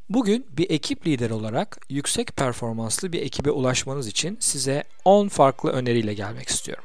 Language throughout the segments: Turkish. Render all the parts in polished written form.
Bugün bir ekip lideri olarak yüksek performanslı bir ekibe ulaşmanız için size 10 farklı öneriyle gelmek istiyorum.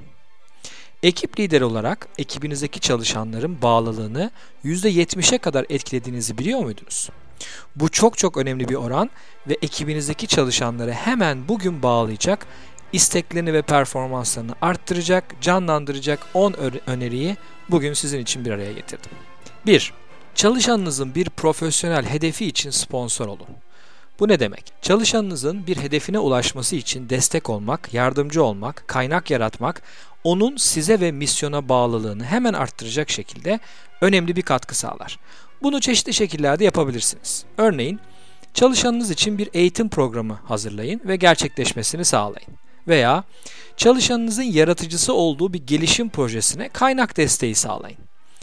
Ekip lideri olarak ekibinizdeki çalışanların bağlılığını %70'e kadar etkilediğinizi biliyor muydunuz? Bu çok önemli bir oran ve ekibinizdeki çalışanları hemen bugün bağlayacak, isteklerini ve performanslarını arttıracak, canlandıracak 10 öneriyi bugün sizin için bir araya getirdim. 1. Çalışanınızın bir profesyonel hedefi için sponsor olun. Bu ne demek? Çalışanınızın bir hedefine ulaşması için destek olmak, yardımcı olmak, kaynak yaratmak, onun size ve misyona bağlılığını hemen arttıracak şekilde önemli bir katkı sağlar. Bunu çeşitli şekillerde yapabilirsiniz. Örneğin, çalışanınız için bir eğitim programı hazırlayın ve gerçekleşmesini sağlayın. Veya çalışanınızın yaratıcısı olduğu bir gelişim projesine kaynak desteği sağlayın.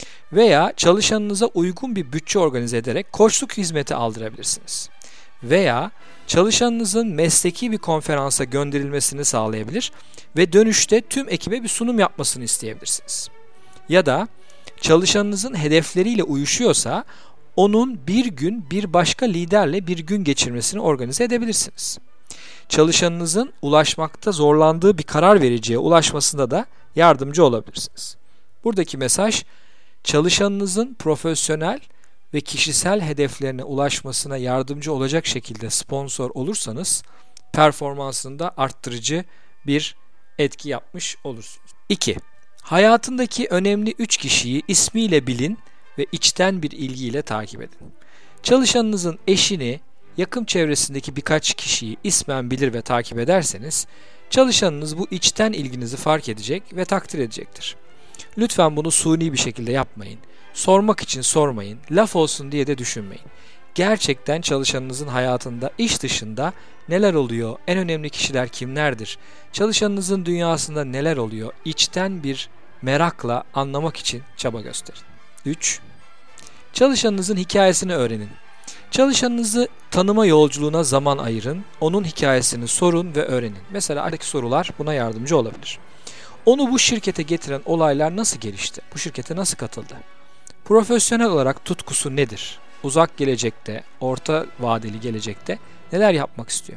Veya çalışanınıza uygun bir bütçe organize ederek koçluk hizmeti aldırabilirsiniz. Veya çalışanınızın mesleki bir konferansa gönderilmesini sağlayabilir ve dönüşte tüm ekibe bir sunum yapmasını isteyebilirsiniz. Ya da çalışanınızın hedefleriyle uyuşuyorsa onun bir gün bir başka liderle bir gün geçirmesini organize edebilirsiniz. Çalışanınızın ulaşmakta zorlandığı bir karar vericiye ulaşmasında da yardımcı olabilirsiniz. Buradaki mesaj, çalışanınızın profesyonel ve kişisel hedeflerine ulaşmasına yardımcı olacak şekilde sponsor olursanız performansında arttırıcı bir etki yapmış olursunuz. 2. Hayatındaki önemli 3 kişiyi ismiyle bilin ve içten bir ilgiyle takip edin. Çalışanınızın eşini, yakın çevresindeki birkaç kişiyi ismen bilir ve takip ederseniz çalışanınız bu içten ilginizi fark edecek ve takdir edecektir. Lütfen bunu suni bir şekilde yapmayın. Sormak için sormayın, laf olsun diye de düşünmeyin. Gerçekten çalışanınızın hayatında, iş dışında neler oluyor, en önemli kişiler kimlerdir, çalışanınızın dünyasında neler oluyor, içten bir merakla anlamak için çaba gösterin. 3. Çalışanınızın hikayesini öğrenin. Çalışanınızı tanıma yolculuğuna zaman ayırın, onun hikayesini sorun ve öğrenin. Mesela aradaki sorular buna yardımcı olabilir. Onu bu şirkete getiren olaylar nasıl gelişti? Bu şirkete nasıl katıldı? Profesyonel olarak tutkusu nedir? Uzak gelecekte, orta vadeli gelecekte neler yapmak istiyor?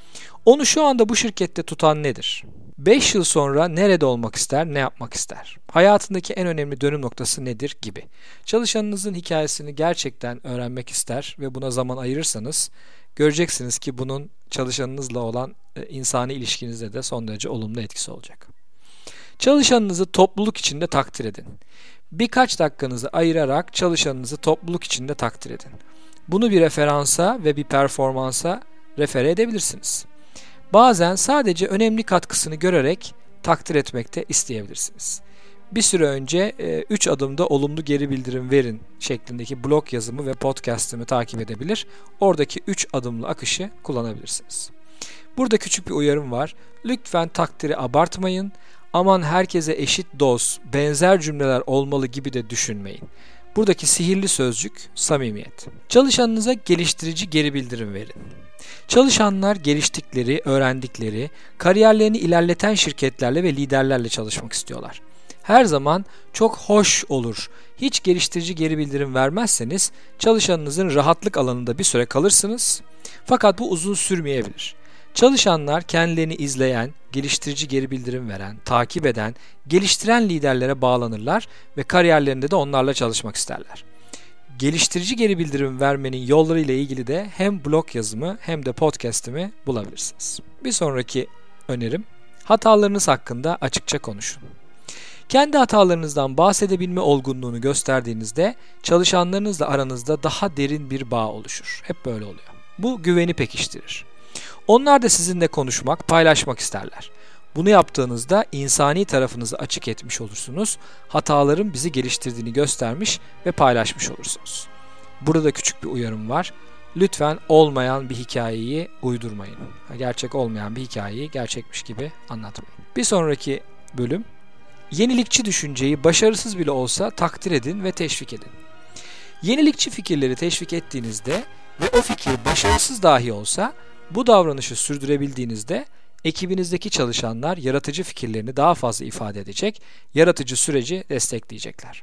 Onu şu anda bu şirkette tutan nedir? 5 yıl sonra nerede olmak ister, ne yapmak ister? Hayatındaki en önemli dönüm noktası nedir gibi. Çalışanınızın hikayesini gerçekten öğrenmek ister ve buna zaman ayırırsanız göreceksiniz ki bunun çalışanınızla olan insani ilişkinizde de son derece olumlu etkisi olacak. Çalışanınızı topluluk içinde takdir edin. Birkaç dakikanızı ayırarak çalışanınızı topluluk içinde takdir edin. Bunu bir referansa ve bir performansa refere edebilirsiniz. Bazen sadece önemli katkısını görerek takdir etmek de isteyebilirsiniz. Bir süre önce 3 adımda olumlu geri bildirim verin şeklindeki blog yazımı ve podcast'ımı takip edebilir. Oradaki 3 adımlı akışı kullanabilirsiniz. Burada küçük bir uyarım var. Lütfen takdiri abartmayın. Aman herkese eşit doz, benzer cümleler olmalı gibi de düşünmeyin. Buradaki sihirli sözcük samimiyet. Çalışanınıza geliştirici geri bildirim verin. Çalışanlar geliştikleri, öğrendikleri, kariyerlerini ilerleten şirketlerle ve liderlerle çalışmak istiyorlar. Her zaman çok hoş olur. Hiç geliştirici geri bildirim vermezseniz çalışanınızın rahatlık alanında bir süre kalırsınız. Fakat bu uzun sürmeyebilir. Çalışanlar kendilerini izleyen, geliştirici geri bildirim veren, takip eden, geliştiren liderlere bağlanırlar ve kariyerlerinde de onlarla çalışmak isterler. Geliştirici geri bildirim vermenin yolları ile ilgili de hem blog yazımı hem de podcast'imi bulabilirsiniz. Bir sonraki önerim, hatalarınız hakkında açıkça konuşun. Kendi hatalarınızdan bahsedebilme olgunluğunu gösterdiğinizde çalışanlarınızla aranızda daha derin bir bağ oluşur. Hep böyle oluyor. Bu güveni pekiştirir. Onlar da sizinle konuşmak, paylaşmak isterler. Bunu yaptığınızda insani tarafınızı açık etmiş olursunuz, hataların bizi geliştirdiğini göstermiş ve paylaşmış olursunuz. Burada küçük bir uyarım var. Lütfen olmayan bir hikayeyi uydurmayın. Gerçek olmayan bir hikayeyi gerçekmiş gibi anlatmayın. Bir sonraki bölüm, yenilikçi düşünceyi başarısız bile olsa takdir edin ve teşvik edin. Yenilikçi fikirleri teşvik ettiğinizde ve o fikir başarısız dahi olsa bu davranışı sürdürebildiğinizde ekibinizdeki çalışanlar yaratıcı fikirlerini daha fazla ifade edecek, yaratıcı süreci destekleyecekler.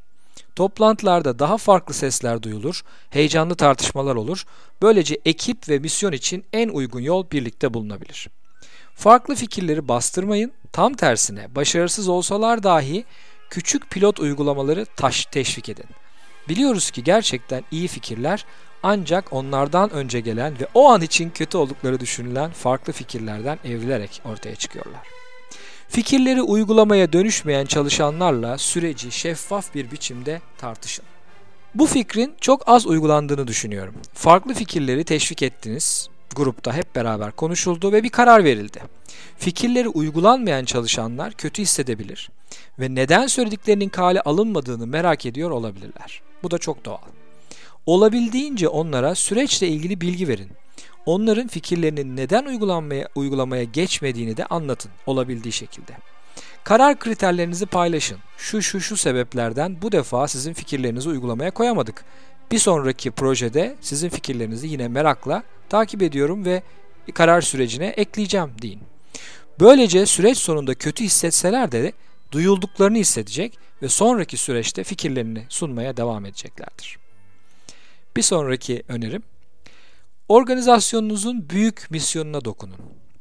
Toplantılarda daha farklı sesler duyulur, heyecanlı tartışmalar olur. Böylece ekip ve misyon için en uygun yol birlikte bulunabilir. Farklı fikirleri bastırmayın, tam tersine başarısız olsalar dahi küçük pilot uygulamaları teşvik edin. Biliyoruz ki gerçekten iyi fikirler ancak onlardan önce gelen ve o an için kötü oldukları düşünülen farklı fikirlerden evrilerek ortaya çıkıyorlar. Fikirleri uygulamaya dönüşmeyen çalışanlarla süreci şeffaf bir biçimde tartışın. Bu fikrin çok az uygulandığını düşünüyorum. Farklı fikirleri teşvik ettiniz, grupta hep beraber konuşuldu ve bir karar verildi. Fikirleri uygulanmayan çalışanlar kötü hissedebilir ve neden söylediklerinin kale alınmadığını merak ediyor olabilirler. Bu da çok doğal. Olabildiğince onlara süreçle ilgili bilgi verin. Onların fikirlerinin neden uygulamaya geçmediğini de anlatın olabildiği şekilde. Karar kriterlerinizi paylaşın. Şu sebeplerden bu defa sizin fikirlerinizi uygulamaya koyamadık. Bir sonraki projede sizin fikirlerinizi yine merakla takip ediyorum ve karar sürecine ekleyeceğim deyin. Böylece süreç sonunda kötü hissetseler de duyulduklarını hissedecek ve sonraki süreçte fikirlerini sunmaya devam edeceklerdir. Bir sonraki önerim, organizasyonunuzun büyük misyonuna dokunun.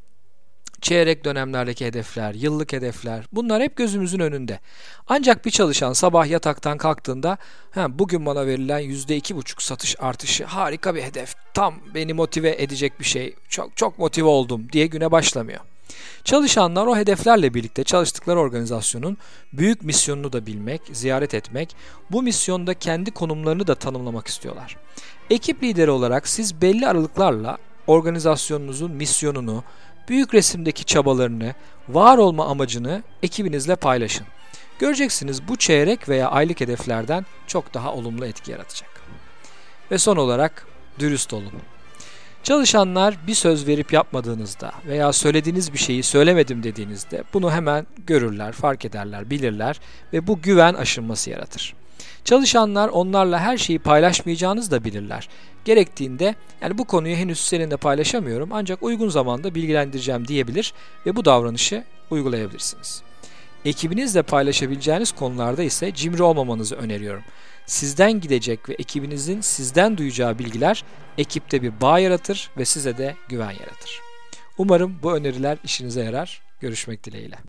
Çeyrek dönemlerdeki hedefler, yıllık hedefler, bunlar hep gözümüzün önünde. Ancak bir çalışan sabah yataktan kalktığında bugün bana verilen %2,5 satış artışı harika bir hedef, tam beni motive edecek bir şey, çok motive oldum diye güne başlamıyor. Çalışanlar o hedeflerle birlikte çalıştıkları organizasyonun büyük misyonunu da bilmek, ziyaret etmek, bu misyonda kendi konumlarını da tanımlamak istiyorlar. Ekip lideri olarak siz belli aralıklarla organizasyonunuzun misyonunu, büyük resimdeki çabalarını, var olma amacını ekibinizle paylaşın. Göreceksiniz bu çeyrek veya aylık hedeflerden çok daha olumlu etki yaratacak. Ve son olarak dürüst olun. Çalışanlar bir söz verip yapmadığınızda veya söylediğiniz bir şeyi söylemedim dediğinizde bunu hemen görürler, fark ederler, bilirler ve bu güven aşınması yaratır. Çalışanlar onlarla her şeyi paylaşmayacağınızı da bilirler. Gerektiğinde bu konuyu henüz seninle paylaşamıyorum ancak uygun zamanda bilgilendireceğim diyebilir ve bu davranışı uygulayabilirsiniz. Ekibinizle paylaşabileceğiniz konularda ise cimri olmamanızı öneriyorum. Sizden gidecek ve ekibinizin sizden duyacağı bilgiler ekipte bir bağ yaratır ve size de güven yaratır. Umarım bu öneriler işinize yarar. Görüşmek dileğiyle.